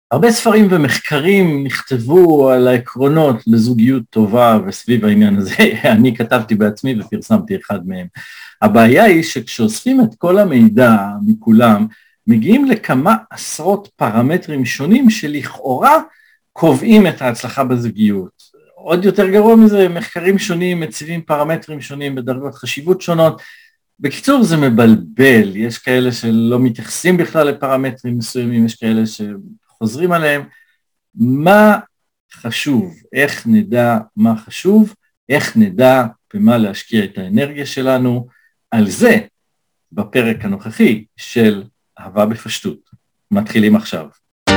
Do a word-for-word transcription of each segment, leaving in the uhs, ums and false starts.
הרבה ספרים ומחקרים נכתבו על העקרונות לזוגיות טובה וסביב העניין הזה. אני כתבתי בעצמי ופרסמתי אחד מהם. הבעיה היא שכשאוספים את כל המידע מכולם, מגיעים לכמה עשרות פרמטרים שונים שלכאורה קובעים את ההצלחה בזוגיות. עוד יותר גרוע מזה, מחקרים שונים מציבים פרמטרים שונים בדרגות חשיבות שונות. בקיצור זה מבלבל, יש כאלה שלא מתייחסים בכלל לפרמטרים מסוימים, יש כאלה שחוזרים עליהם. מה חשוב? איך נדע מה חשוב? איך נדע במה להשקיע את האנרגיה שלנו? על זה בפרק הנוכחי של אהבה בפשטות. מתחילים עכשיו.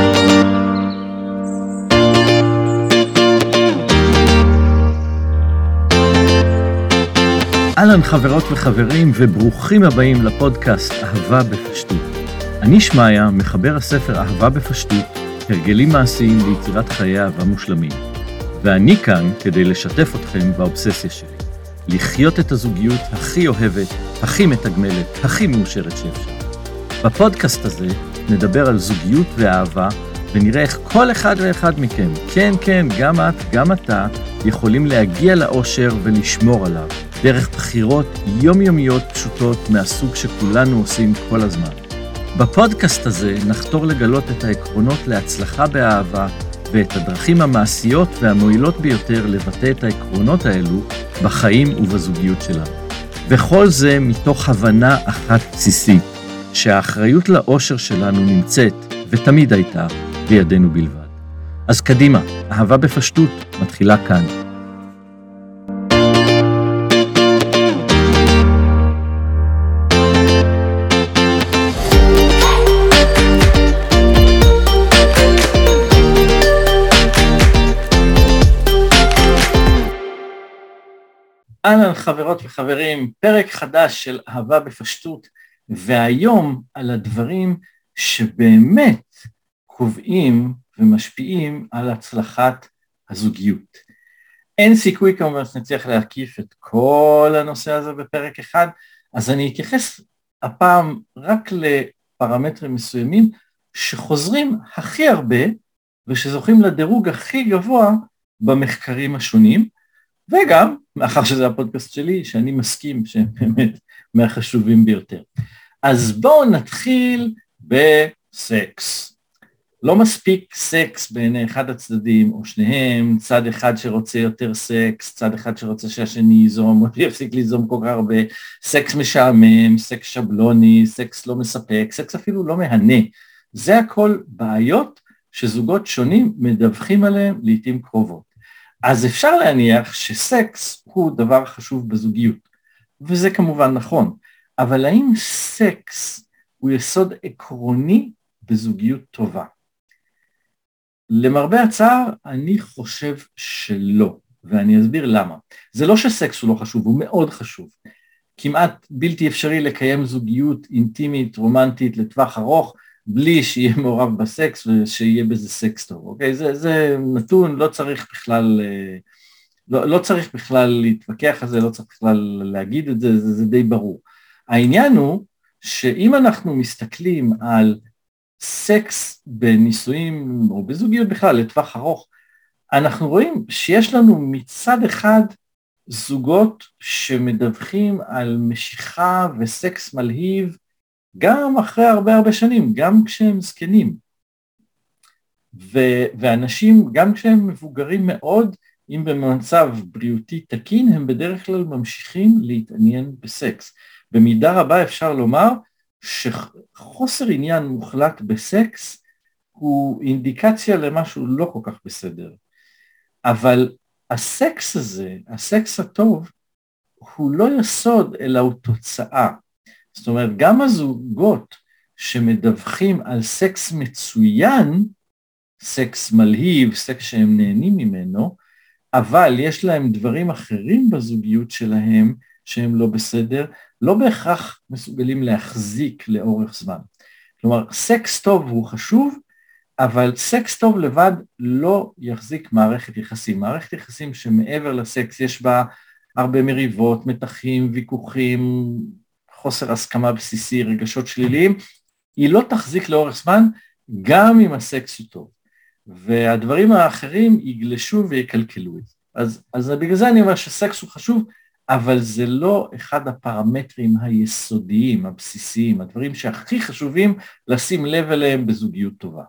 אהלן חברות וחברים וברוכים הבאים לפודקאסט אהבה בפשטות. אני שמעיה, מחבר הספר אהבה בפשטות, הרגלים מעשיים ליצירת חיי אהבה מושלמים. ואני כאן כדי לשתף אתכם באובססיה שלי. לחיות את הזוגיות הכי אוהבת, הכי מתגמלת, הכי מאושרת שאפשר. בפודקאסט הזה נדבר על זוגיות ואהבה, ונראה איך כל אחד ואחד מכם, כן, כן, גם את, גם אתה, יכולים להגיע לאושר ולשמור עליו, דרך בחירות יומיומיות פשוטות מהסוג שכולנו עושים כל הזמן. בפודקאסט הזה נחתור לגלות את העקרונות להצלחה באהבה, ואת הדרכים המעשיות והמועילות ביותר לבטא את העקרונות האלו בחיים ובזוגיות שלנו. וכל זה מתוך הבנה אחת בסיסית, שהאחריות לאושר שלנו נמצאת ותמיד הייתה בידינו בלבד. אז קדימה, אהבה בפשטות מתחילה כאן. אהלן חברות וחברים, פרק חדש של אהבה בפשטות, והיום על הדברים שבאמת קובעים ומשפיעים על הצלחת הזוגיות. אין סיכוי כמובן שנצליח להקיף את כל הנושא הזה בפרק אחד, אז אני אתייחס הפעם רק לפרמטרים מסוימים שחוזרים הכי הרבה ושזוכים לדירוג הכי גבוה במחקרים השונים, וגם, מאחר שזה הפודקאסט שלי, שאני מסכים שהם באמת מהחשובים ביותר. אז בואו נתחיל בסקס. לא מספיק סקס בעיני אחד הצדדים, או שניהם, צד אחד שרוצה יותר סקס, צד אחד שרוצה שהשני ייזום, או יפסיק ליזום כל כך הרבה, סקס משעמם, סקס שבלוני, סקס לא מספק, סקס אפילו לא מהנה. זה הכל בעיות שזוגות שונים מדווחים עליהם לעתים קרובות. אז אפשר להניח שסקס הוא דבר חשוב בזוגיות, וזה כמובן נכון, אבל האם סקס הוא יסוד עקרוני בזוגיות טובה? למרבה הצער, אני חושב שלא, ואני אסביר למה. זה לא שסקס הוא לא חשוב, הוא מאוד חשוב. כמעט בלתי אפשרי לקיים זוגיות אינטימית, רומנטית, לטווח ארוך, בלי שיהיה מעורב בסקס ושיהיה בזה סקס טוב, אוקיי? זה, זה נתון, לא צריך בכלל, לא, לא צריך בכלל להתווכח על זה, לא צריך בכלל להגיד את זה, זה, זה די ברור. העניין הוא שאם אנחנו מסתכלים על סקס בנישואים או בזוגיות בכלל לטווח ארוך, אנחנו רואים שיש לנו מצד אחד זוגות שמדווחים על משיכה וסקס מלהיב, גם אחרי הרבה הרבה שנים, גם כשהם זקנים. ו- ואנשים, גם כשהם מבוגרים מאוד, אם במצב בריאותי תקין, הם בדרך כלל ממשיכים להתעניין בסקס. במידה רבה אפשר לומר שחוסר עניין מוחלט בסקס הוא אינדיקציה למשהו לא כל כך בסדר. אבל הסקס הזה, הסקס הטוב, הוא לא יסוד אלא הוא תוצאה. זאת אומרת, גם הזוגות שמדווחים על סקס מצוין, סקס מלהיב, סקס שהם נהנים ממנו, אבל יש להם דברים אחרים בזוגיות שלהם שהם לא בסדר, לא בהכרח מסוגלים להחזיק לאורך זמן. כלומר, סקס טוב הוא חשוב, אבל סקס טוב לבד לא יחזיק מערכת יחסים. מערכת יחסים שמעבר לסקס יש בה הרבה מריבות, מתחים, ויכוחים, חוסר הסכמה בסיסי, רגשות שליליים, היא לא תחזיק לאורך זמן, גם אם הסקס הוא טוב. והדברים האחרים יגלשו ויקלקלו את זה. אז, אז בגלל זה אני אומר שסקס הוא חשוב, אבל זה לא אחד הפרמטרים היסודיים, הבסיסיים, הדברים שהכי חשובים לשים לב אליהם בזוגיות טובה.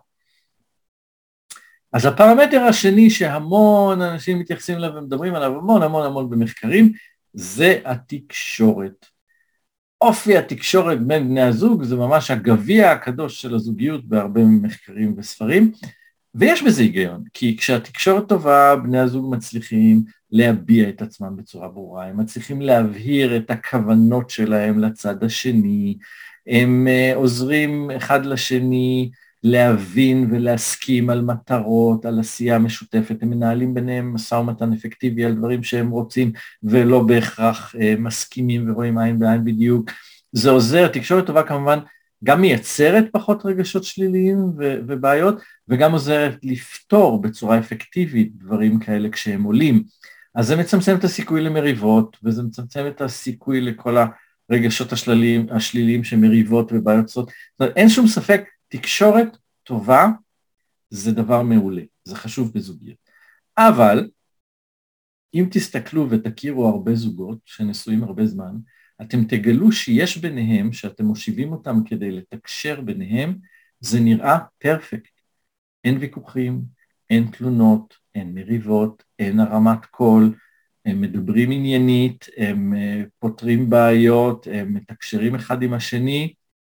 אז הפרמטר השני שהמון אנשים מתייחסים אליו ומדברים עליו המון המון המון במחקרים, זה התקשורת. אופי התקשורת בין בני הזוג זה ממש הגביע הקדוש של הזוגיות בהרבה מחקרים וספרים, ויש בזה היגיון, כי כשהתקשורת טובה, בני הזוג מצליחים להביע את עצמם בצורה ברורה, הם מצליחים להבהיר את הכוונות שלהם לצד השני, הם עוזרים אחד לשני להבין ולהסכים על מטרות, על עשייה משותפת, הם מנהלים ביניהם משא ומתן אפקטיבי על דברים שהם רוצים, ולא בהכרח מסכימים ורואים עין בעין בדיוק. זה עוזר, תקשורת טובה כמובן גם מייצרת פחות רגשות שליליים ו- ובעיות, וגם עוזרת לפתור בצורה אפקטיבית דברים כאלה כשהם עולים. אז זה מצמצם את הסיכוי למריבות, וזה מצמצם את הסיכוי לכל הרגשות השליליים, השליליים שמריבות ובעיות זאת. זאת אומרת, אין שום ספק, תקשורת טובה זה דבר מעולה, זה חשוב בזוגיות. אבל אם תסתכלו ותכירו הרבה זוגות שנשואים הרבה זמן, אתם תגלו שיש ביניהם, שאתם מושיבים אותם כדי לתקשר ביניהם, זה נראה פרפקט. אין ויכוחים, אין תלונות, אין מריבות, אין הרמת קול, הם מדברים עניינית, הם פותרים בעיות, הם מתקשרים אחד עם השני,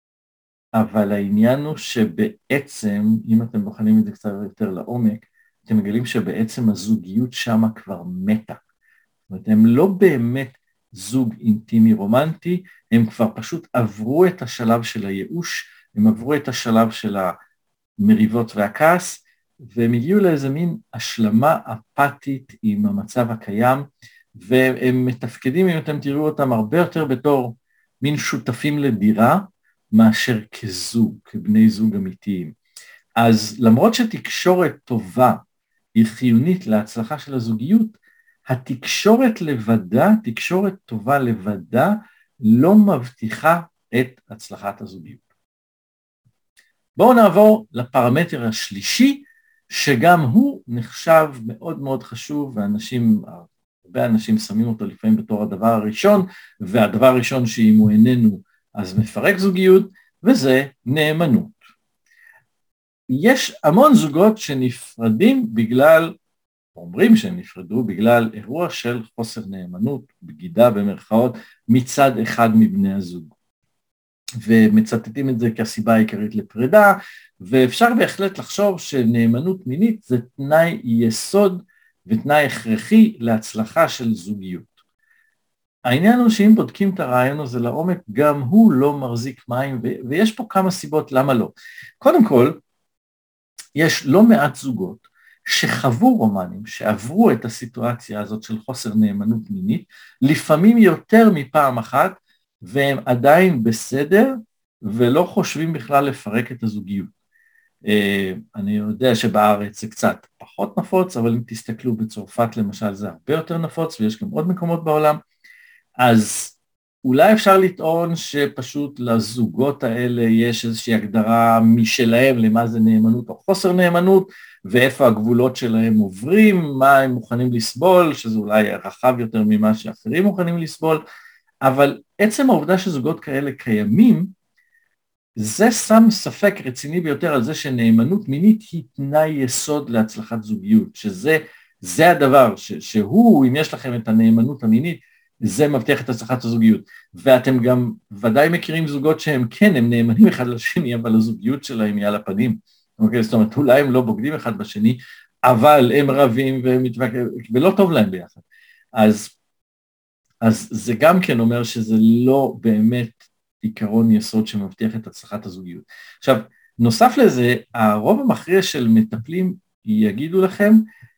אבל העניין הוא שבעצם, אם אתם בוחנים את זה קצת יותר לעומק, אתם מגלים שבעצם הזוגיות שמה כבר מתה. זאת אומרת, הם לא באמת זוג אינטימי רומנטי, הם כבר פשוט עברו את השלב של הייאוש, הם עברו את השלב של המריבות והכעס, והם הגיעו לאיזה מין השלמה אפתית עם המצב הקיים, והם מתפקדים, אם אתם תראו אותם, הרבה יותר בתור מין שותפים לדירה, מאשר כזוג, כבני זוג אמיתיים. אז למרות שתקשורת טובה היא חיונית להצלחה של הזוגיות, התקשורת לבדה, תקשורת טובה לבדה, לא מבטיחה את הצלחת הזוגיות. בואו נעבור לפרמטר השלישי, שגם הוא נחשב מאוד מאוד חשוב, ואנשים, הרבה אנשים שמים אותו לפעמים בתור הדבר הראשון, והדבר הראשון שאם הוא איננו, אז מפרק זוגיות, וזה נאמנות. יש המון זוגות שנפרדים בגלל, אומרים שהם נפרדו בגלל אירוע של חוסר נאמנות, בגידה במרכאות, מצד אחד מבני הזוג. ומצטטים את זה כסיבה העיקרית לפרידה, ואפשר בהחלט לחשוב שנאמנות מינית זה תנאי יסוד ותנאי הכרחי להצלחה של זוגיות. העניין הוא שאם בודקים את הרעיון הזה לעומק, גם הוא לא מחזיק מים, ו- ויש פה כמה סיבות למה לא. קודם כל, יש לא מעט זוגות שחוו רומנים, שעברו את הסיטואציה הזאת של חוסר נאמנות מינית, לפעמים יותר מפעם אחת, והם עדיין בסדר, ולא חושבים בכלל לפרק את הזוגיות. אני יודע שבארץ זה קצת פחות נפוץ, אבל אם תסתכלו בצרפת למשל, זה הרבה יותר נפוץ, ויש גם עוד מקומות בעולם, אז אולי אפשר לטעון שפשוט לזוגות האלה יש איזושהי הגדרה משלהם למה זה נאמנות או חוסר נאמנות, ואיפה הגבולות שלהם עוברים, מה הם מוכנים לסבול, שזה אולי רחב יותר ממה שאחרים מוכנים לסבול, אבל עצם העובדה שזוגות כאלה קיימים, זה שם ספק רציני ביותר על זה שנאמנות מינית היא תנאי יסוד להצלחת זוגיות, שזה זה הדבר, ש, שהוא, אם יש לכם את הנאמנות המינית, זה מבטיח את הצלחת הזוגיות. ואתם גם ודאי מכירים זוגות שהם כן, הם נאמנים אחד לשני, אבל הזוגיות שלהם היא על הפנים. אוקיי, זאת אומרת, אולי הם לא בוגדים אחד בשני, אבל הם רבים ומתווכחים, ולא טוב להם ביחד. אז, אז זה גם כן אומר שזה לא באמת עיקרון יסוד שמבטיח את הצלחת הזוגיות. עכשיו, נוסף לזה, הרוב המכריע של מטפלים יגידו לכם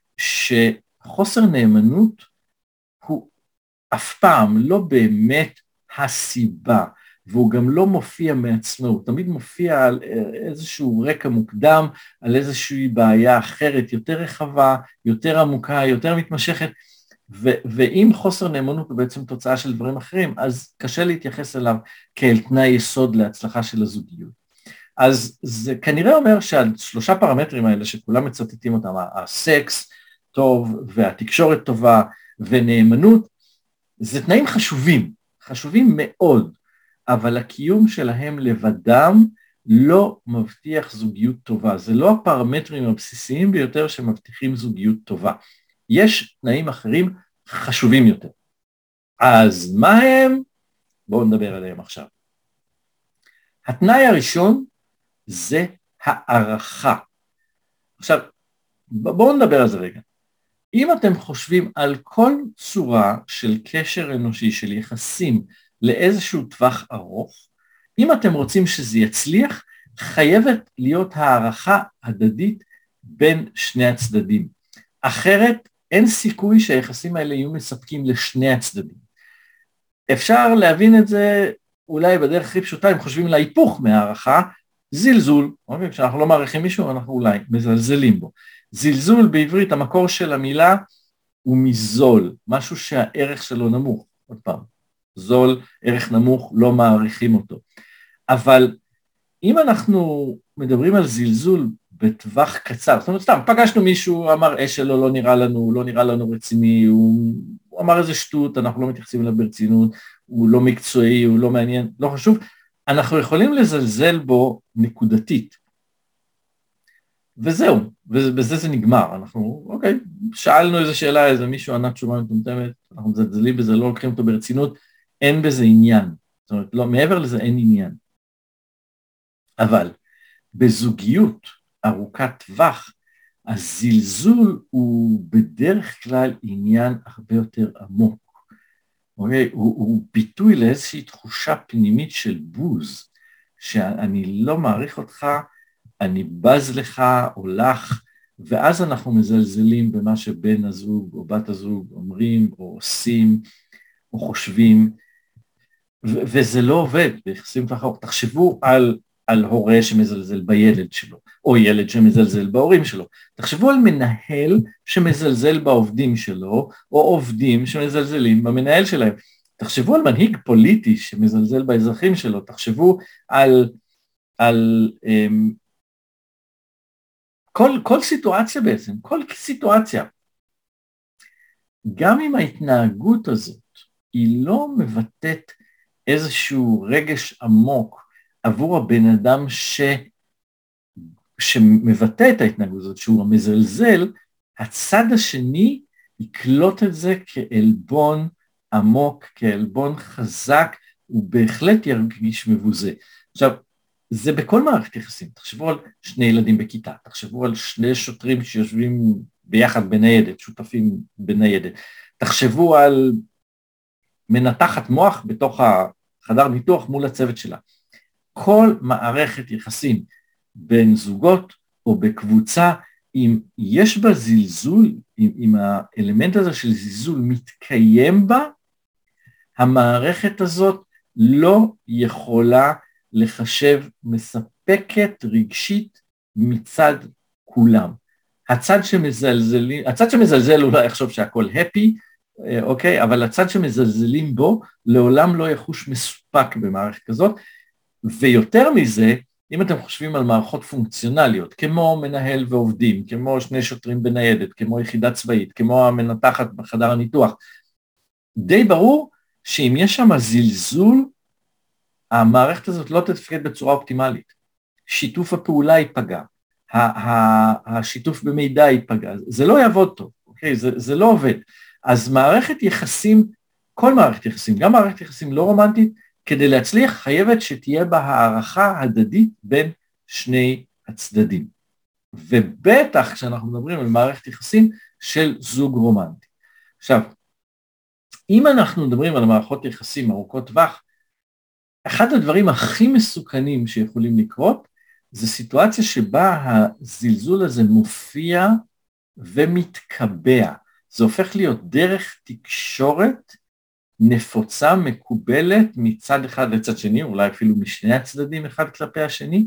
שחוסר נאמנות הוא אף פעם לא באמת הסיבה, והוא גם לא מופיע מעצמו, הוא תמיד מופיע על איזשהו רקע מוקדם, על איזושהי בעיה אחרת, יותר רחבה, יותר עמוקה, יותר מתמשכת, ו- ואם חוסר נאמנות הוא בעצם תוצאה של דברים אחרים, אז קשה להתייחס אליו כאל תנאי יסוד להצלחה של הזוגיות. אז זה כנראה אומר שהשלושה פרמטרים האלה שכולם מצטטים אותם, הסקס טוב והתקשורת טובה ונאמנות, זה תנאים חשובים, חשובים מאוד, אבל הקיום שלהם לבדם לא מבטיח זוגיות טובה, זה לא הפרמטרים הבסיסיים ביותר שמבטיחים זוגיות טובה, יש תנאים אחרים חשובים יותר. אז מה הם? בואו נדבר עליהם עכשיו. התנאי הראשון זה הערכה. עכשיו, בואו נדבר על זה רגע. אם אתם חושבים על כל צורה של קשר אנושי, של יחסים לאיזשהו טווח ארוך, אם אתם רוצים שזה יצליח, חייבת להיות הערכה הדדית בין שני הצדדים. אחרת, אין סיכוי שהיחסים האלה יהיו מספקים לשני הצדדים. אפשר להבין את זה אולי בדרך הכי פשוטה, אם חושבים להיפוך מהערכה, זלזול, אוקיי? כשאנחנו לא מעריכים מישהו, אנחנו אולי מזלזלים בו. זלזול בעברית, המקור של המילה הוא מזול, משהו שהערך שלו נמוך, עוד פעם, זול, ערך נמוך, לא מעריכים אותו. אבל אם אנחנו מדברים על זלזול בטווח קצר, זאת אומרת, סתם, פגשנו מישהו, אמר אש שלו, לא נראה לנו, לא נראה לנו רציני, הוא, הוא אמר איזה שטות, אנחנו לא מתייחסים אליו ברצינות, הוא לא מקצועי, הוא לא מעניין, לא חשוב, אנחנו יכולים לזלזל בו נקודתית. וזהו, ובזה זה נגמר, אנחנו, אוקיי, שאלנו איזה שאלה, איזה מישהו ענה תשובה מטומטמת, אנחנו מזלזלים בזה, לא לוקחים אותו ברצינות, אין בזה עניין, זאת אומרת, לא, מעבר לזה אין עניין. אבל בזוגיות ארוכת טווח, הזלזול הוא בדרך כלל עניין הרבה יותר עמוק. אוקיי? הוא, הוא ביטוי לאיזושהי תחושה פנימית של בוז, שאני לא מעריך אותך, אני בז לך או לך, ואז אנחנו מזלזלים במה שבן הזוג או בת הזוג אומרים או עושים או חושבים, ו- וזה לא עובד ביחסים טווח ארוך. תחשבו על על הורה שמזלזל בילד שלו, או ילד שמזלזל בהורים שלו. תחשבו על מנהל שמזלזל בעובדים שלו, או עובדים שמזלזלים במנהל שלהם. תחשבו על מנהיג פוליטי שמזלזל באזרחים שלו. תחשבו על, על um, כל, כל סיטואציה בעצם, כל סיטואציה. גם אם ההתנהגות הזאת היא לא מבטאת איזשהו רגש עמוק, עבור הבן אדם ש... שמבטא את ההתנהגות הזאת, שהוא המזלזל, הצד השני יקלוט את זה כאלבון עמוק, כאלבון חזק, הוא בהחלט ירגיש מבוזה. עכשיו, זה בכל מערכת יחסים, תחשבו על שני ילדים בכיתה, תחשבו על שני שוטרים שיושבים ביחד בניידת, שותפים בניידת, תחשבו על מנתחת מוח בתוך החדר ניתוח מול הצוות שלה. כל מערכת יחסים בין זוגות או בקבוצה, אם יש בה זלזול, אם, אם האלמנט הזה של זלזול מתקיים בה, המערכת הזאת לא יכולה לחשב מספקת רגשית מצד כולם. הצד שמזלזל, הצד שמזלזל אולי יחשוב שהכל הפי, אוקיי, אבל הצד שמזלזלים בו לעולם לא יחוש מסופק במערכת כזאת, ויותר מזה, אם אתם חושבים על מערכות פונקציונליות, כמו מנהל ועובדים, כמו שני שוטרים בניידת, כמו יחידה צבאית, כמו המנתחת בחדר הניתוח, די ברור שאם יש שם זלזול, המערכת הזאת לא תתפקד בצורה אופטימלית. שיתוף הפעולה ייפגע, השיתוף במידע ייפגע, זה לא יעבוד טוב, אוקיי? זה, זה לא עובד. אז מערכת יחסים, כל מערכת יחסים, גם מערכת יחסים לא רומנטית, כדי להצליח חייבת שתהיה בה הערכה הדדית בין שני הצדדים. ובטח כשאנחנו מדברים על מערכת יחסים של זוג רומנטי. עכשיו, אם אנחנו מדברים על מערכות יחסים ארוכות טווח, אחד הדברים הכי מסוכנים שיכולים לקרות, זה סיטואציה שבה הזלזול הזה מופיע ומתקבע. זה הופך להיות דרך תקשורת נפוצה, מקובלת מצד אחד לצד שני, אולי אפילו משני הצדדים אחד כלפי השני,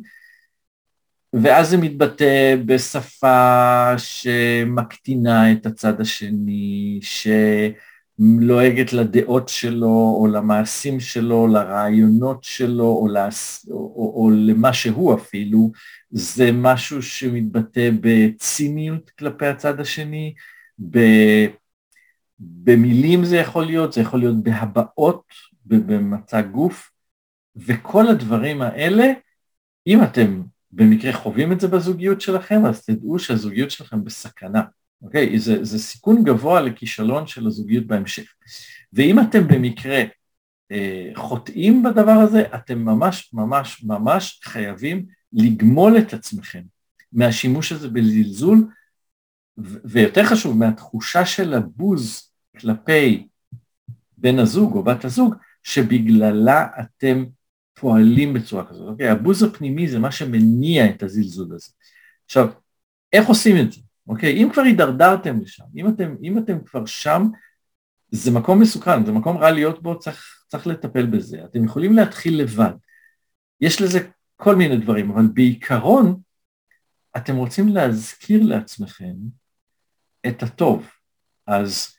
ואז זה מתבטא בשפה שמקטינה את הצד השני, לועגת לדעות שלו, או למעשים שלו, לרעיונות שלו, או, לס... או, או, או למה שהוא אפילו, זה משהו שמתבטא בציניות כלפי הצד השני, ב... במילים זה יכול להיות, זה יכול להיות בהבעות, במצג גוף, וכל הדברים האלה, אם אתם במקרה חווים את זה בזוגיות שלכם, אז תדעו שהזוגיות שלכם בסכנה. אוקיי? זה, זה סיכון גבוה לכישלון של הזוגיות בהמשך. ואם אתם במקרה אה, חוטאים בדבר הזה, אתם ממש ממש ממש חייבים לגמול את עצמכם מהשימוש הזה בזלזול, ו- ויותר חשוב, מהתחושה של הבוז כלפי בן הזוג או בת הזוג, שבגללה אתם פועלים בצורה כזאת. אוקיי? הבוז הפנימי זה מה שמניע את הזלזול הזה. עכשיו, איך עושים את זה? אוקיי, אם כבר הידרדרתם לשם, אם אתם, אם אתם כבר שם, זה מקום מסוכן, זה מקום רע להיות בו, צריך, צריך לטפל בזה. אתם יכולים להתחיל לבד. יש לזה כל מיני דברים, אבל בעיקרון, אתם רוצים להזכיר לעצמכם את הטוב. אז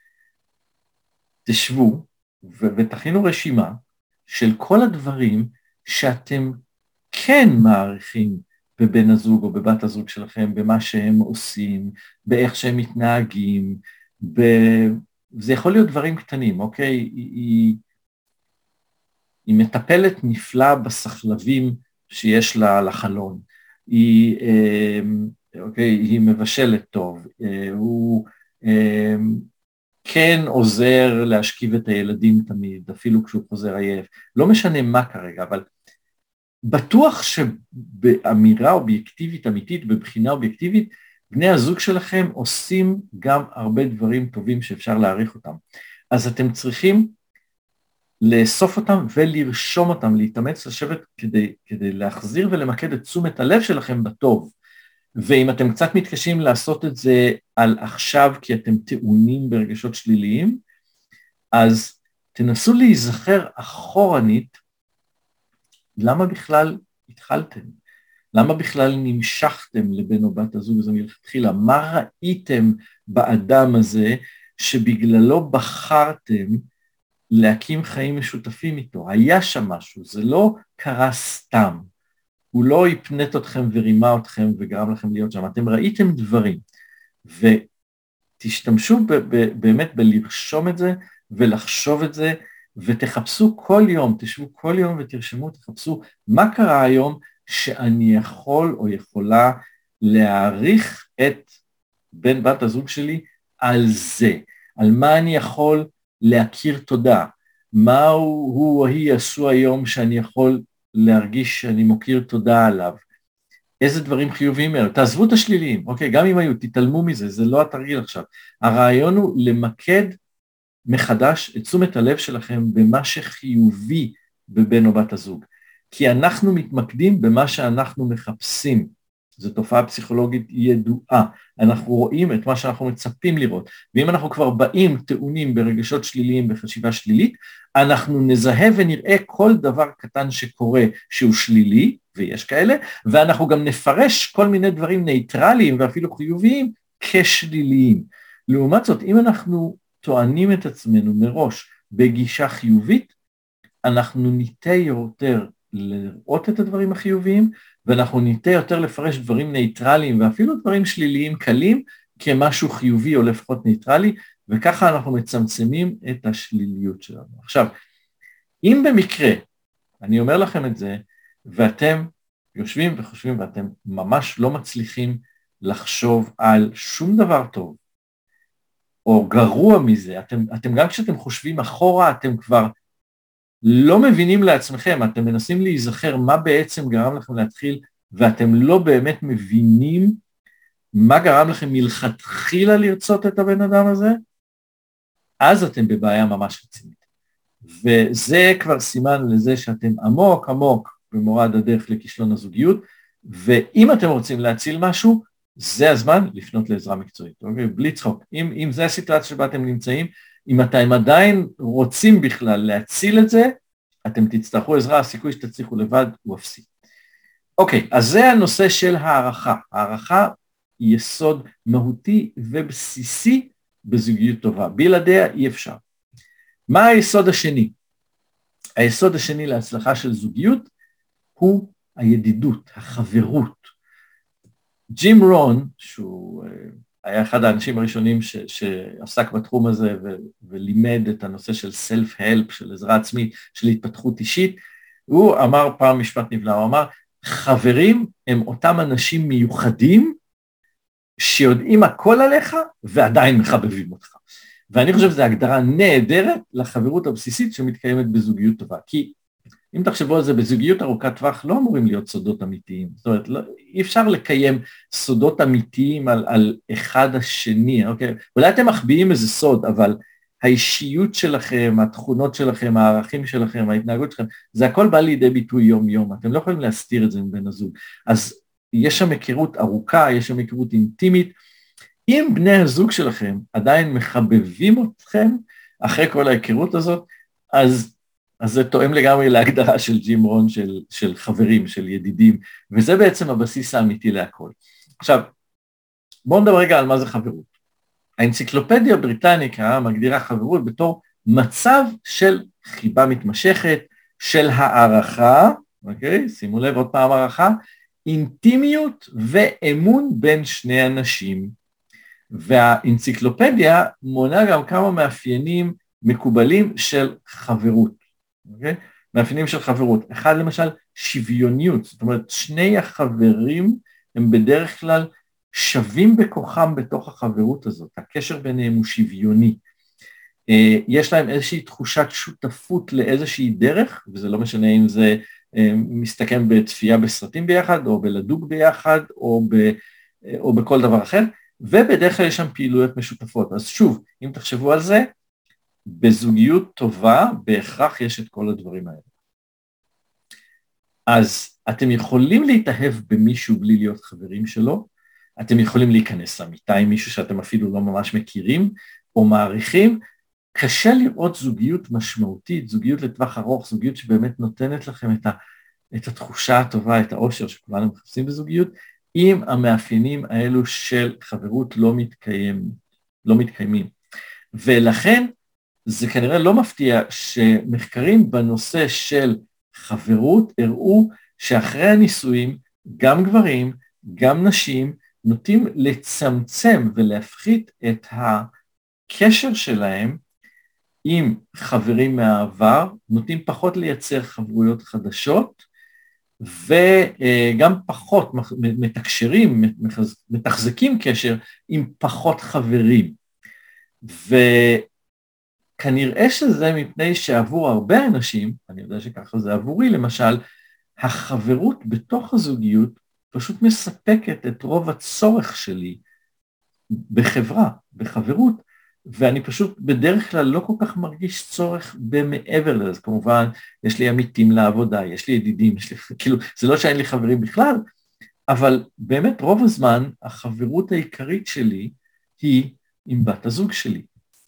תשבו ו- ותכינו רשימה של כל הדברים שאתם כן מעריכים בבן הזוג או בבת הזוג שלכם, במה שהם עושים, באיך שהם מתנהגים, ב... זה יכול להיות דברים קטנים, אוקיי? היא, היא מטפלת נפלא בסחלבים שיש לה לחלון, היא, אוקיי, היא מבשלת טוב, הוא כן עוזר להשכיב את הילדים תמיד, אפילו כשהוא חוזר עייף, לא משנה מה כרגע, אבל בטוח שבאמירה אובייקטיבית אמיתית, בבחינה אובייקטיבית, בני הזוג שלכם עושים גם הרבה דברים טובים שאפשר להעריך אותם. אז אתם צריכים לאסוף אותם ולרשום אותם, להתאמץ לשבת כדי, כדי להחזיר ולמקד את תשומת הלב שלכם בטוב. ואם אתם קצת מתקשים לעשות את זה על עכשיו כי אתם טעונים ברגשות שליליים, אז תנסו להיזכר אחורנית, למה בכלל התחלתם? למה בכלל נמשכתם לבן או בת הזוג הזה מלכתחילה? מה ראיתם באדם הזה שבגללו בחרתם להקים חיים משותפים איתו? היה שם משהו, זה לא קרה סתם. הוא לא הפנט אתכם ורימה אתכם וגרם לכם להיות שם. אתם ראיתם דברים, ותשתמשו ב- ב- באמת בלרשום את זה ולחשוב את זה, ותחפשו כל יום, תשבו כל יום ותרשמו, תחפשו מה קרה היום שאני יכול או יכולה להעריך את בן בת הזוג שלי על זה, על מה אני יכול להכיר תודה, מה הוא, הוא או היא עשו היום שאני יכול להרגיש שאני מוקיר תודה עליו, איזה דברים חיוביים האלה, תעזבו את השליליים, אוקיי, גם אם היו, תתעלמו מזה, זה לא התרגיל עכשיו, הרעיון הוא למקד מחדש את תשומת הלב שלכם במה שחיובי בבן או בת הזוג, כי אנחנו מתמקדים במה שאנחנו מחפשים, זו תופעה פסיכולוגית ידועה, אנחנו רואים את מה שאנחנו מצפים לראות, ואם אנחנו כבר באים טעונים ברגשות שליליים בחשיבה שלילית, אנחנו נזהה ונראה כל דבר קטן שקורה שהוא שלילי, ויש כאלה, ואנחנו גם נפרש כל מיני דברים ניטרליים ואפילו חיוביים כשליליים. לעומת זאת, אם אנחנו טוענים את עצמנו מראש בגישה חיובית, אנחנו ניטה יותר לראות את הדברים החיוביים, ואנחנו ניטה יותר לפרש דברים ניטרליים, ואפילו דברים שליליים קלים, כמשהו חיובי או לפחות ניטרלי, וככה אנחנו מצמצמים את השליליות שלנו. עכשיו, אם במקרה, אני אומר לכם את זה, ואתם יושבים וחושבים, ואתם ממש לא מצליחים לחשוב על שום דבר טוב, או גרוע מזה, אתם, אתם גם כשאתם חושבים אחורה, אתם כבר לא מבינים לעצמכם, אתם מנסים להיזכר מה בעצם גרם לכם להתחיל, ואתם לא באמת מבינים מה גרם לכם מלכתחילה לרצות את הבן אדם הזה, אז אתם בבעיה ממש רצינית. וזה כבר סימן לזה שאתם עמוק עמוק במורד הדרך לכישלון הזוגיות, ואם אתם רוצים להציל משהו, זה הזמן לפנות לעזרה מקצועית, אוקיי? בלי צחוק. אם, אם זה הסיטואציה שבה אתם נמצאים, אם אתם עדיין רוצים בכלל להציל את זה, אתם תצטרכו עזרה, הסיכוי שתצליחו לבד הוא אפסי. אוקיי, אז זה הנושא של הערכה. הערכה היא יסוד מהותי ובסיסי בזוגיות טובה. בלעדיה אי אפשר. מה היסוד השני? היסוד השני להצלחה של זוגיות הוא הידידות, החברות. ג'ים רון, שהוא היה אחד האנשים הראשונים ש, שעסק בתחום הזה ו, ולימד את הנושא של self-help, של עזרה עצמית, של התפתחות אישית, הוא אמר פעם משפט נפלא, הוא אמר, חברים הם אותם אנשים מיוחדים שיודעים הכל עליך ועדיין מחבבים אותך. ואני חושב שזו הגדרה נהדרת לחברות הבסיסית שמתקיימת בזוגיות טובה, כי אם תחשבו על זה, בזוגיות ארוכת טווח לא אמורים להיות סודות אמיתיים, זאת אומרת, לא, אי אפשר לקיים סודות אמיתיים על, על אחד השני, אוקיי? אולי אתם מחביאים איזה סוד, אבל האישיות שלכם, התכונות שלכם, הערכים שלכם, ההתנהגות שלכם, זה הכל בא לידי ביטוי יום יום, אתם לא יכולים להסתיר את זה מבין הזוג, אז יש שם היכרות ארוכה, יש שם היכרות אינטימית, אם בני הזוג שלכם עדיין מחבבים אתכם, אחרי כל ההיכרות הזאת, אז אז זה תואם לגמרי להגדרה של ג'ים רון, של, של חברים, של ידידים, וזה בעצם הבסיס האמיתי להכל. עכשיו, בואו נדבר רגע על מה זה חברות. האנציקלופדיה הבריטניקה מגדירה חברות בתור מצב של חיבה מתמשכת, של הערכה, אוקיי? שימו לב עוד פעם הערכה, אינטימיות ואמון בין שני אנשים. והאנציקלופדיה מונה גם כמה מאפיינים מקובלים של חברות. Okay? מאפיינים של חברות, אחד למשל שוויוניות, זאת אומרת שני החברים הם בדרך כלל שווים בכוחם בתוך החברות הזאת, הקשר ביניהם הוא שוויוני, יש להם איזושהי תחושת שותפות לאיזושהי דרך, וזה לא משנה אם זה מסתכם בצפייה בסרטים ביחד, או בלדוג ביחד, או, ב, או בכל דבר אחר, ובדרך כלל יש שם פעילויות משותפות, אז שוב, אם תחשבו על זה, בזוגיות טובה, בהכרח יש את כל הדברים האלה. אז אתם יכולים להתאהב במישהו בלי להיות חברים שלו, אתם יכולים להיכנס למיטה עם מישהו שאתם אפילו לא ממש מכירים או מעריכים, קשה לראות זוגיות משמעותית, זוגיות לטווח ארוך, זוגיות שבאמת נותנת לכם את, ה, את התחושה הטובה, את האושר שכולנו מחפשים בזוגיות, אם המאפיינים האלו של חברות לא מתקיים, לא מתקיימים. ולכן, זה כנראה לא מפתיע שמחקרים בנושא של חברות הראו שאחרי הנישואים, גם גברים, גם נשים, נוטים לצמצם ולהפחית את הקשר שלהם עם חברים מהעבר, נוטים פחות לייצר חברויות חדשות, וגם פחות מתקשרים, מתחזקים קשר עם פחות חברים. ו... כנראה שזה מפני שעבור הרבה אנשים, אני יודע שככה זה עבורי למשל, החברות בתוך הזוגיות פשוט מספקת את רוב הצורך שלי בחברה, בחברות, ואני פשוט בדרך כלל לא כל כך מרגיש צורך במעבר לזה, כמובן יש לי עמיתים לעבודה, יש לי ידידים, יש לי, כאילו זה לא שאין לי חברים בכלל, אבל באמת רוב הזמן החברות העיקרית שלי היא עם בת הזוג שלי.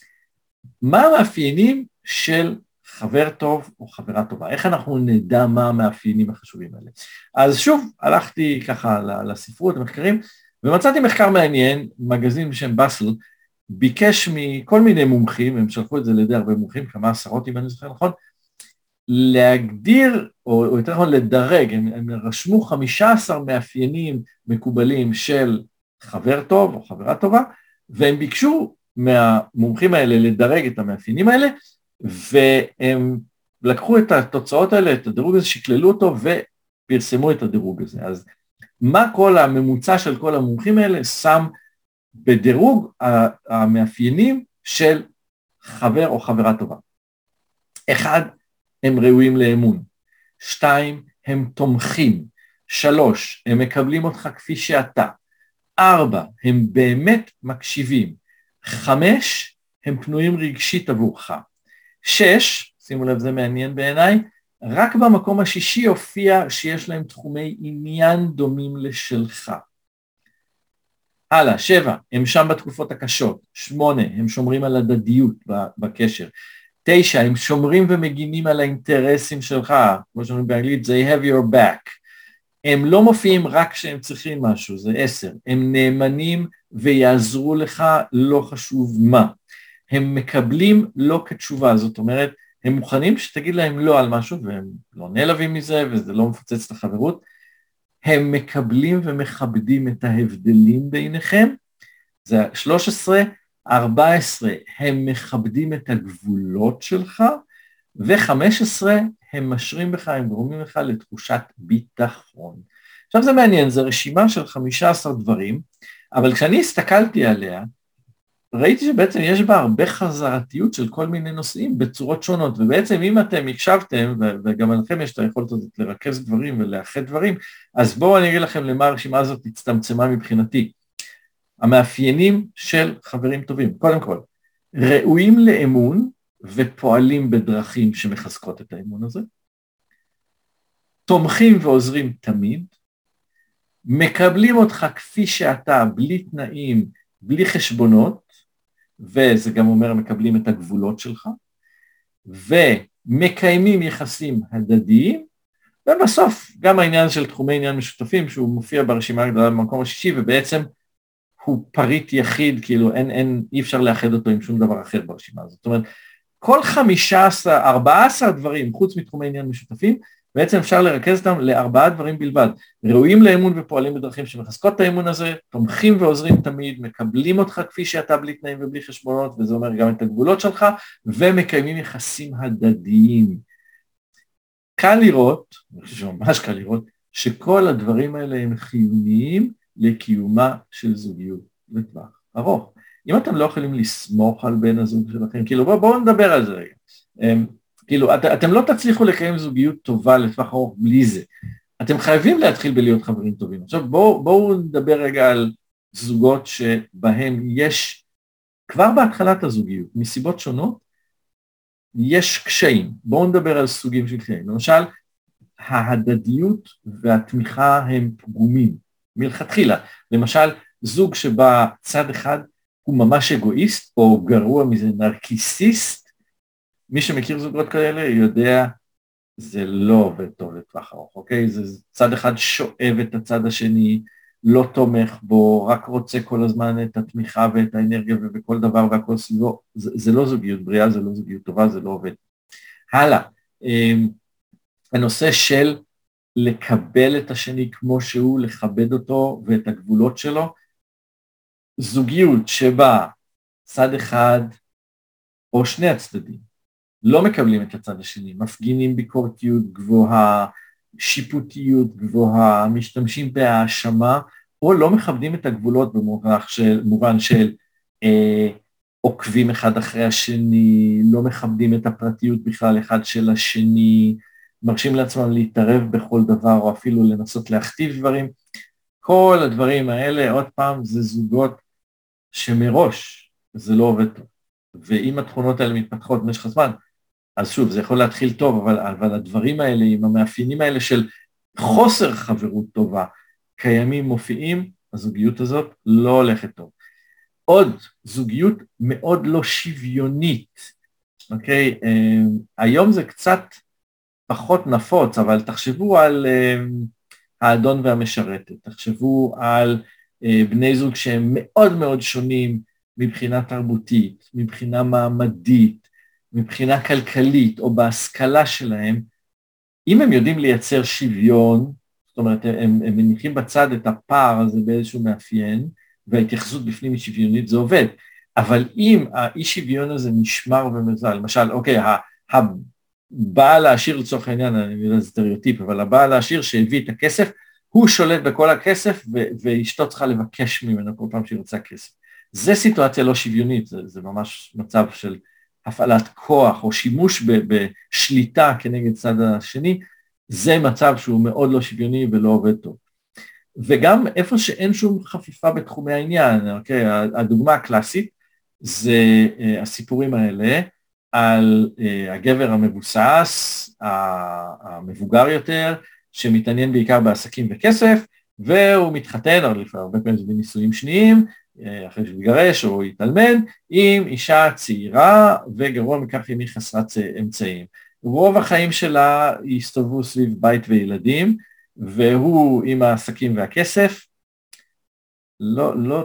מה המאפיינים של חבר טוב או חברה טובה? איך אנחנו נדע מה המאפיינים החשובים האלה? אז שוב, הלכתי ככה לספרות, למחקרים, ומצאתי מחקר מעניין, מגזין בשם בסל, ביקש מכל מיני מומחים, הם שלחו את זה לידי הרבה מומחים, כמה עשרות אם אני זוכר נכון, להגדיר, או, או יותר נכון לדרג, הם, הם רשמו חמישה עשר מאפיינים מקובלים של חבר טוב או חברה טובה, והם ביקשו מהמומחים האלה לדרג את המאפיינים האלה, והם לקחו את התוצאות האלה, את הדירוג הזה, שקללו אותו ופרסמו את הדירוג הזה. אז מה כל הממוצע של כל המומחים האלה שם בדירוג המאפיינים של חבר או חברה טובה? אחד, הם ראויים לאמון. שתיים, הם תומכים. שלוש, הם מקבלים אותך כפי שאתה. ארבע, הם באמת מקשיבים. חמש, הם פנויים רגשית עבורך. שש, שימו לב, זה מעניין בעיניי, רק במקום השישי הופיע שיש להם תחומי עניין דומים לשלך. הלאה, שבע, הם שם בתקופות הקשות. שמונה, הם שומרים על הדדיות בקשר. תשע, הם שומרים ומגינים על האינטרסים שלך, כמו שאומרים באנגלית, they have your back. הם לא מופיעים רק כשהם צריכים משהו, זה עשר. הם נאמנים ויעזרו לך, לא חשוב מה. הם מקבלים לא כתשובה, זאת אומרת, הם מוכנים שתגיד להם לא על משהו, והם לא נעלבים מזה, וזה לא מפוצץ את החברות, הם מקבלים ומכבדים את ההבדלים ביניכם, זה שלוש עשרה, ארבע עשרה, הם מכבדים את הגבולות שלך, ו-חמש עשרה, הם משרים בך, הם גורמים לך לתחושת ביטחון. עכשיו זה מעניין, זו רשימה של חמישה עשר דברים, אבל כשאני הסתכלתי עליה, ראיתי שבעצם יש בה הרבה חזרתיות של כל מיני נושאים בצורות שונות, ובעצם אם אתם הקשבתם, וגם לכם יש את היכולת הזאת לרכז דברים ולאחד דברים, אז בואו אני אגיד לכם למה הרשימה הזאת הצטמצמה מבחינתי. המאפיינים של חברים טובים, קודם כל, ראויים לאמון ופועלים בדרכים שמחזקות את האמון הזה, תומכים ועוזרים תמיד, מקבלים אותך כפי שאתה, בלי תנאים, בלי חשבונות, וזה גם אומר מקבלים את הגבולות שלך, ומקיימים יחסים הדדיים, ובסוף גם העניין של תחומי עניין משותפים, שהוא מופיע ברשימה הגדולה במקום השישי, ובעצם הוא פריט יחיד, כאילו אין, אין, אי אפשר לאחד אותו עם שום דבר אחר ברשימה הזאת. זאת אומרת, כל חמישה עשר, ארבעה עשר דברים, חוץ מתחומי עניין משותפים, בעצם אפשר לרכז אותם לארבעה דברים בלבד. ראויים לאמון ופועלים בדרכים שמחזקות את האמון הזה, תומכים ועוזרים תמיד, מקבלים אותך כפי שאתה בלי תנאים ובלי חשבונות, וזה אומר גם את הגבולות שלך, ומקיימים יחסים הדדיים. קל לראות, אני חושב שממש קל לראות, שכל הדברים האלה הם חיוניים לקיומה של זוגיות לטווח ארוך. אם אתם לא יכולים לסמוך על בן הזוג שלכם, כאילו בואו בוא נדבר על זה רגע. כאילו, את, אתם לא תצליחו לקיים זוגיות טובה לטווח ארוך בלי זה. אתם חייבים להתחיל בלהיות חברים טובים. עכשיו בואו בוא נדבר רגע על זוגות שבהם יש, כבר בהתחלת הזוגיות, מסיבות שונות, יש קשיים. בואו נדבר על סוגים של קשיים. למשל, ההדדיות והתמיכה הם פגומים, מלכתחילה. למשל, זוג שבה צד אחד הוא ממש אגואיסט, או גרוע מזה נרקיסיסט, מי שמכיר זוגות כאלה יודע, זה לא עובד טוב לטווח ארוך, אוקיי? זה צד אחד שואב את הצד השני, לא תומך בו, רק רוצה כל הזמן את התמיכה ואת האנרגיה ובכל דבר והכל סביבו, זה, זה לא זוגיות בריאה, זה לא זוגיות טובה, זה לא עובד. הלאה, הנושא של לקבל את השני כמו שהוא, לכבד אותו ואת הגבולות שלו, זוגיות שבה צד אחד או שני הצדדים, לא מקבלים את הצד השני, מפגינים ביקורתיות גבוהה, שיפוטיות גבוהה, משתמשים בהאשמה, או לא מכבדים את הגבולות במובן של אה, עוקבים אחד אחרי השני, לא מכבדים את הפרטיות בכלל אחד של השני, מרשים לעצמם להתערב בכל דבר, או אפילו לנסות להכתיב דברים. כל הדברים האלה, עוד פעם, זה זוגות שמראש זה לא עובד טוב. ואם התכונות האלה מתפתחות במשך הזמן, אז שוב, זה יכול להתחיל טוב, אבל, אבל הדברים האלה, עם המאפיינים האלה של חוסר חברות טובה, קיימים, מופיעים, הזוגיות הזאת לא הולכת טוב. עוד, זוגיות מאוד לא שוויונית, אוקיי? היום זה קצת פחות נפוץ, אבל תחשבו על האדון והמשרתת, תחשבו על בני זוג שהם מאוד מאוד שונים מבחינה תרבותית, מבחינה מעמדית, מבחינה כלכלית או בהשכלה שלהם, אם הם יודעים לייצר שוויון, זאת אומרת, הם, הם מניחים בצד את הפער הזה באיזשהו מאפיין, וההתייחסות בפנים היא שוויונית, זה עובד. אבל אם האי שוויון הזה נשמר ומזל, למשל, אוקיי, הבעל העשיר לצורך העניין, אני יודע איזה סטריאוטיפ, אבל הבעל העשיר שהביא את הכסף, הוא שולט בכל הכסף, ואשתו צריכה לבקש ממנו כל פעם שהיא רוצה כסף. זה סיטואציה לא שוויונית, זה, זה ממש מצב של הפעלת כוח או שימוש בשליטה כנגד צד השני, זה מצב שהוא מאוד לא שוויוני ולא עובד טוב. וגם איפה שאין שום חפיפה בתחומי העניין, אוקיי? הדוגמה הקלאסית זה הסיפורים האלה על הגבר המבוסס, המבוגר יותר, שמתעניין בעיקר בעסקים וכסף, והוא מתחתן, הרבה פעמים זה בנישואים שניים, אחרי שיתגרש או יתאלמן, עם אישה צעירה, וגרוע מכך היא חסרת אמצעים. רוב החיים שלה יסתובבו סביב בית וילדים, והוא עם העסקים והכסף, לא, לא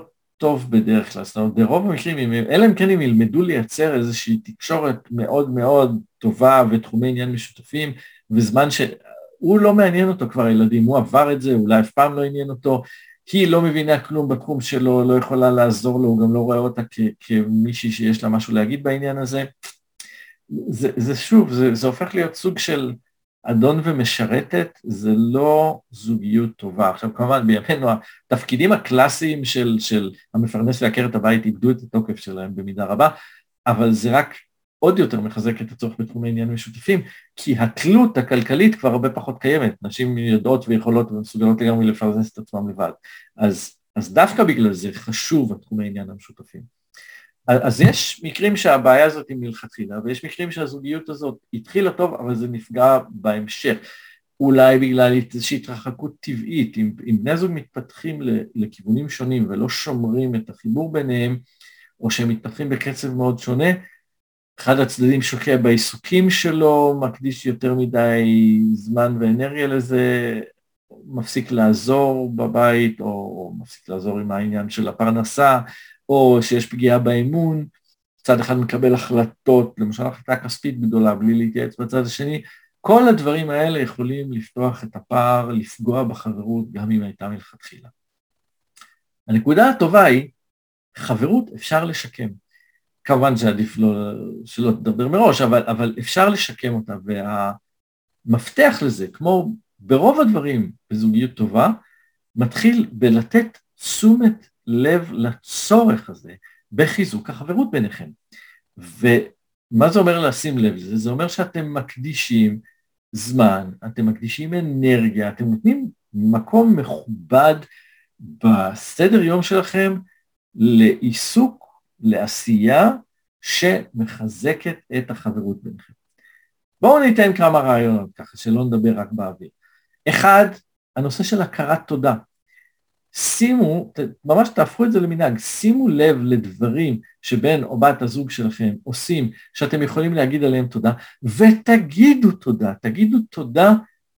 טוב בדרך כלל, זאת אומרת, ברוב המקרים, אלא אם כן הם ילמדו לייצר איזושהי תקשורת מאוד מאוד טובה ותחומי עניין משותפים, וזמן שהוא לא מעניין אותו כבר ילדים, הוא עבר את זה, אולי אף פעם לא עניין אותו, היא לא מבינה כלום בתחום שלו, לא יכולה לעזור לו, הוא גם לא רואה אותה כמישהי שיש לה משהו להגיד בעניין הזה. זה, זה שוב, זה, זה הופך להיות סוג של אדון ומשרתת, זה לא זוגיות טובה. עכשיו כמובן בימינו התפקידים הקלאסיים של, של המפרנס ועקרת הבית איבדו את התוקף שלהם במידה רבה, אבל זה רק עוד יותר מחזק את הצורך בתחומי עניין משותפים, כי התלות הכלכלית כבר הרבה פחות קיימת, נשים יודעות ויכולות ומסוגלות לגמרי לפרנס את עצמם לבד. אז, אז דווקא בגלל זה חשוב התחומי עניין המשותפים. אז יש מקרים שהבעיה הזאת היא מלכתחילה, ויש מקרים שהזוגיות הזאת התחילה טוב, אבל זה נפגע בהמשך. אולי בגלל איזושהי התרחקות טבעית, אם, אם בני זוג מתפתחים לכיוונים שונים ולא שומרים את החיבור ביניהם, או שהם מתפתחים בקצב מאוד שונה, אחד הצדדים שוקע בעיסוקים שלו, מקדיש יותר מדי זמן ואנרגיה לזה, מפסיק לעזור בבית, או, או מפסיק לעזור עם העניין של הפרנסה, או שיש פגיעה באמון, צד אחד מקבל החלטות, למשל החלטה כספית גדולה, בלי להתייעץ בצד השני, כל הדברים האלה יכולים לפתוח את הפער, לפגוע בחברות, גם אם הייתה מלכתחילה. הנקודה הטובה היא, חברות אפשר לשקם. כמובן שעדיף לא, שלא תדבר מראש, אבל, אבל אפשר לשקם אותה, והמפתח לזה, כמו ברוב הדברים בזוגיות טובה, מתחיל בלתת תשומת לב לצורך הזה, בחיזוק החברות ביניכם. ומה זה אומר לשים לב לזה? זה אומר שאתם מקדישים זמן, אתם מקדישים אנרגיה, אתם נותנים מקום מכובד בסדר יום שלכם לעיסוק, לעשייה שמחזקת את החברות ביניכם. בואו ניתן כמה רעיונות ככה, שלא נדבר רק באוויר. אחד, הנושא של הכרת תודה. שימו, ממש תהפכו את זה למנהג, שימו לב לדברים שבן או בת הזוג שלכם עושים, שאתם יכולים להגיד עליהם תודה, ותגידו תודה, תגידו תודה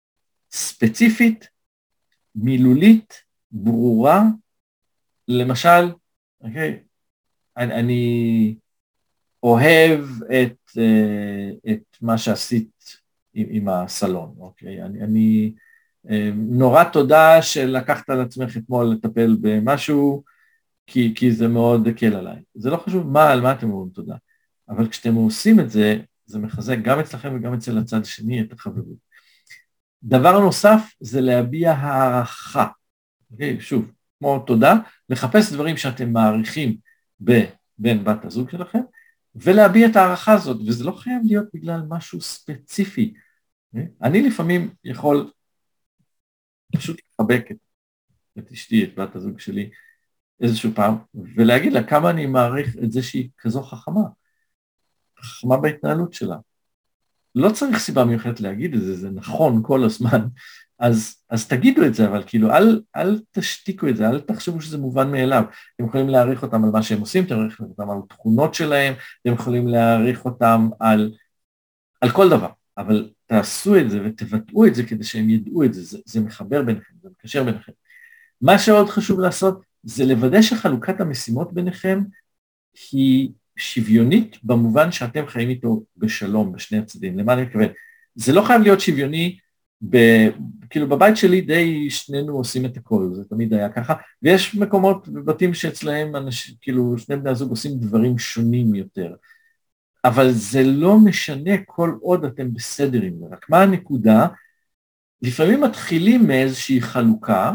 ספציפית, מילולית, ברורה, למשל, אוקיי, אני, אני אוהב את, את מה שעשית עם, עם הסלון, אוקיי, אני, אני נורא תודה שלקחת על עצמך אתמול לטפל במשהו, כי, כי זה מאוד הקל עליי. זה לא חשוב מה, על מה אתם אומרים תודה, אבל כשאתם עושים את זה, זה מחזק גם אצלכם וגם אצל הצד השני את החברות. דבר נוסף זה להביע הערכה. אוקיי, שוב, כמו תודה, לחפש דברים שאתם מעריכים בין בת הזוג שלכם, ולהביע את הערכה הזאת, וזה לא חייב להיות בגלל משהו ספציפי. אני לפעמים יכול פשוט לחבק את אשתי, את בת הזוג שלי, איזשהו פעם, ולהגיד לה כמה אני מעריך את זה שהיא כזו חכמה, חכמה בהתנהלות שלה. לא צריך סיבה מיוחדת להגיד את זה, זה נכון כל הזמן, אז, אז תגידו את זה, אבל כאילו, אל, אל תשתיקו את זה, אל תחשבו שזה מובן מאליו. אתם יכולים להעריך אותם על מה שהם עושים, אתם יכולים להעריך אותם על תכונות שלהם, אתם יכולים להעריך אותם על, על כל דבר, אבל תעשו את זה ותבטאו את זה כדי שהם ידעו את זה, זה, זה מחבר ביניכם, זה מקשר ביניכם. מה שעוד חשוב לעשות, זה לוודא שחלוקת המשימות ביניכם היא שוויונית במובן שאתם חיים איתו בשלום, בשני הצדדים. למה אני מתכוון? זה לא חייב להיות שוויוני, ב, כאילו בבית שלי די שנינו עושים את הכל, זה תמיד היה ככה, ויש מקומות בבתים שאצלהם אנשים, כאילו שני בני הזוג עושים דברים שונים יותר, אבל זה לא משנה כל עוד אתם בסדר עם זה. רק מה הנקודה? לפעמים מתחילים מאיזושהי חלוקה,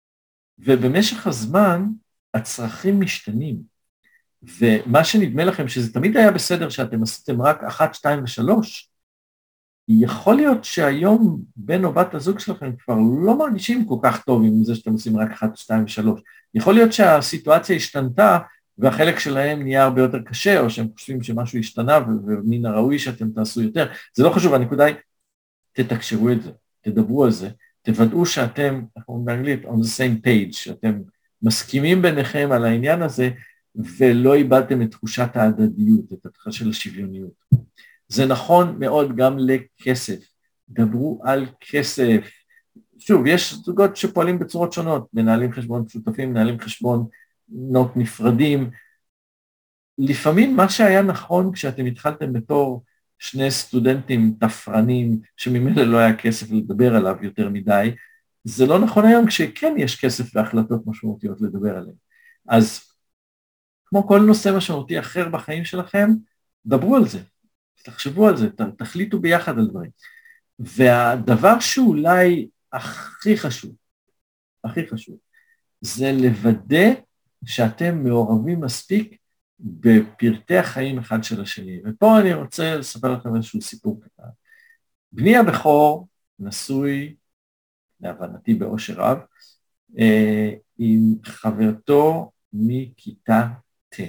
ובמשך הזמן הצרכים משתנים, ומה שנדמה לכם שזה תמיד היה בסדר שאתם עשיתם רק אחת, שתיים ושלוש, יכול להיות שהיום בן או בת הזוג שלכם כבר לא מרגישים כל כך טוב עם זה שאתם עושים רק אחת, שתיים ושלוש. יכול להיות שהסיטואציה השתנתה, והחלק שלהם נהיה הרבה יותר קשה, או שהם חושבים שמשהו השתנה, ומן הראוי שאתם תעשו יותר. זה לא חשוב, הנקודה היא, תתקשרו את זה, תדברו על זה, תוודאו שאתם, אנחנו אומרים באנגלית, on the same page, שאתם מסכימים ביניכם על העניין הזה, ולא איבדתם את תחושת ההדדיות, את התחושה של השוויוניות. זה נכון מאוד גם לכסף, דברו על כסף. שוב, יש זוגות שפועלים בצורות שונות, מנהלים חשבון שותפים, מנהלים חשבון בנות נפרדים. לפעמים מה שהיה נכון כשאתם התחלתם בתור שני סטודנטים תפרנים, שממילא לא היה כסף לדבר עליו יותר מדי, זה לא נכון היום כשכן יש כסף והחלטות משמעותיות לדבר עליהם. אז כמו כל נושא משמעותי אחר בחיים שלכם, דברו על זה, תחשבו על זה, תחליטו ביחד על דברים. והדבר שאולי הכי חשוב, הכי חשוב, זה לוודא שאתם מעורבים מספיק בפרטי החיים אחד של השני. ופה אני רוצה לספר לכם איזשהו סיפור קטן. בני הבכור נשוי, להבנתי באושר רב, עם חברתו מכיתה ט',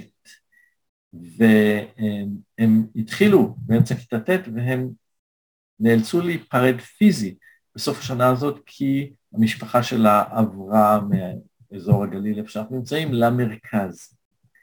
והם התחילו באמצע כיתה ט' והם נאלצו להיפרד פיזית בסוף השנה הזאת, כי המשפחה שלה עברה מאזור הגליל איפה שאנחנו נמצאים למרכז.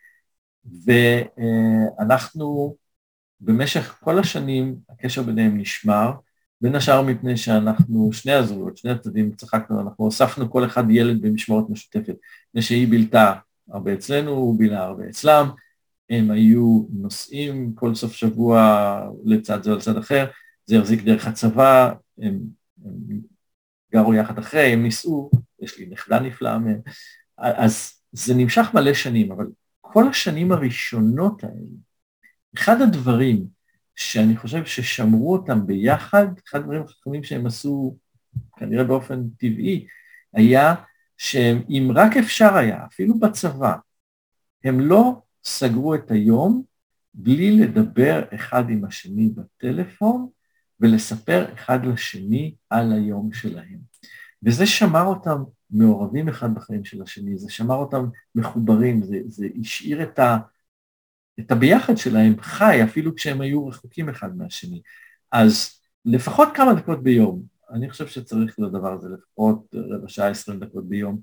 ואנחנו במשך כל השנים הקשר ביניהם נשמר, בין השאר מפני שאנחנו שני הזוגות, שני הצדדים צחקנו, אנחנו הוספנו כל אחד ילד במשמורת משותפת, מפני שהיא בילתה הרבה אצלנו, הוא בילה הרבה אצלם, הם היו נוסעים כל סוף שבוע לצד זה או לצד אחר, זה יחזיק דרך הצבא, הם, הם גרו יחד אחרי, הם ניסו, יש לי נכדה נפלאה מהם, אז זה נמשך מלא שנים, אבל כל השנים הראשונות האלה, אחד הדברים שאני חושב ששמרו אותם ביחד, אחד הדברים החכמים שהם עשו כנראה באופן טבעי, היה שאם רק אפשר היה, אפילו בצבא, הם לא סגרו את היום בלי לדבר אחד עם השני בטלפון, ולספר אחד לשני על היום שלהם. וזה שמר אותם מעורבים אחד בחיים של השני, זה שמר אותם מחוברים, זה, זה השאיר את, ה, את הביחד שלהם חי, אפילו כשהם היו רחוקים אחד מהשני. אז לפחות כמה דקות ביום, אני חושב שצריך לדבר הזה, לפחות רבע שעה, עשרים דקות ביום,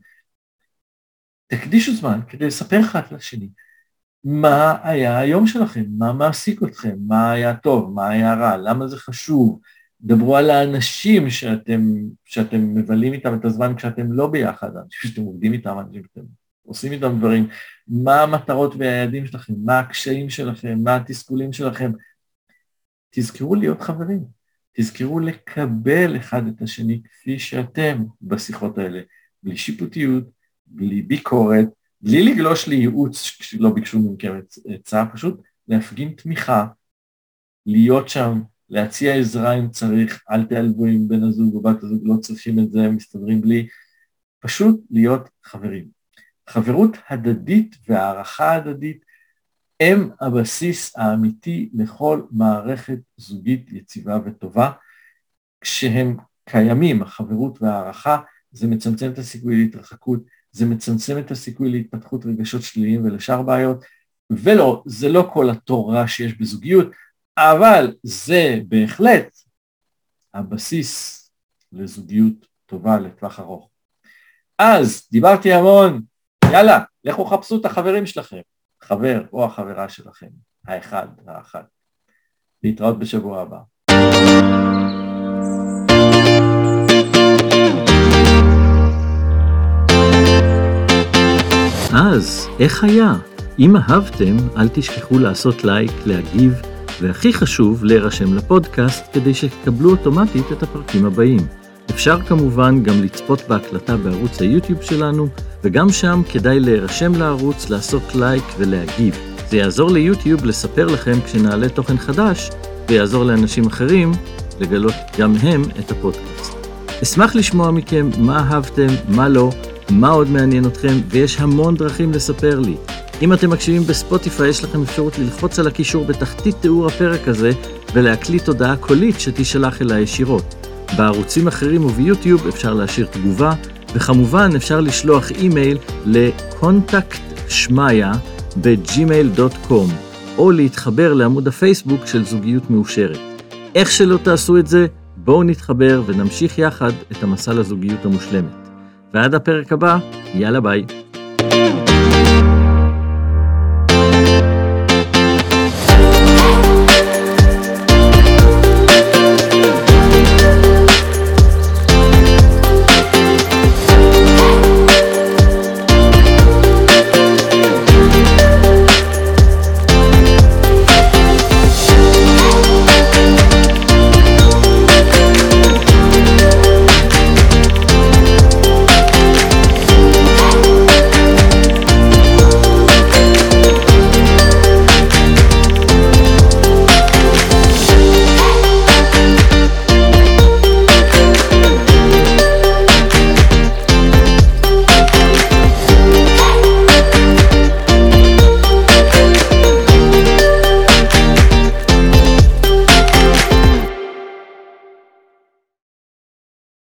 תקדישו זמן כדי לספר אחד לשני, מה היה היום שלכם, מה מעסיק אתכם, מה היה טוב, מה היה רע, למה זה חשוב, דברו על האנשים שאתם, שאתם מבלים איתם את הזמן כשאתם לא ביחד, אנשים שאתם עובדים איתם, אנשים שאתם עושים איתם דברים, מה המטרות והיעדים שלכם, מה הקשיים שלכם, מה התסכולים שלכם. תזכרו להיות חברים, תזכרו לקבל אחד את השני כפי שאתם בשיחות האלה, בלי שיפוטיות, בלי ביקורת, בלי לגלוש לייעוץ כשלא ביקשו מכם עצה, פשוט להפגין תמיכה, להיות שם, להציע עזרה אם צריך, אל תעלבו עם בן הזוג או בת הזוג, לא צריכים את זה, הם מסתדרים בלי, פשוט להיות חברים. חברות הדדית והערכה הדדית הם הבסיס האמיתי לכל מערכת זוגית יציבה וטובה. כשהם קיימים, החברות והערכה, זה מצמצם את הסיכוי להתרחקות, זה מצמצם את הסיכוי להתפתחות רגשות שליליים ולשאר בעיות, ולא, זה לא כל התורה שיש בזוגיות, אבל זה בהחלט הבסיס לזוגיות טובה לטווח ארוך. אז דיברתי המון, יאללה, לכו חפשו את החברים שלכם, חבר או החברה שלכם, האחד, האחת. להתראות בשבוע הבא. אז, איך היה? אם אהבתם, אל תשכחו לעשות לייק, להגיב, והכי חשוב, להירשם לפודקאסט כדי שתקבלו אוטומטית את הפרקים הבאים. אפשר כמובן גם לצפות בהקלטה בערוץ היוטיוב שלנו, וגם שם כדאי להירשם לערוץ, לעשות לייק ולהגיב. זה יעזור ליוטיוב לספר לכם כשנעלה תוכן חדש, ויעזור לאנשים אחרים לגלות גם הם את הפודקאסט. אשמח לשמוע מכם מה אהבתם, מה לא, מה עוד מעניין אתכם, ויש המון דרכים לספר לי. אם אתם מקשיבים בספוטיפיי, יש לכם אפשרות ללחוץ על הקישור בתחתית תיאור הפרק הזה, ולהקליט הודעה קולית שתשלח אליי ישירות. בערוצים אחרים וביוטיוב אפשר להשאיר תגובה, וכמובן אפשר לשלוח אימייל לקונטקט שמיה בג'ימייל דוט קום, או להתחבר לעמוד הפייסבוק של זוגיות מאושרת. איך שלא תעשו את זה, בואו נתחבר ונמשיך יחד את המסע לזוגיות המושלמת. ועד הפרק הבא, יאללה ביי.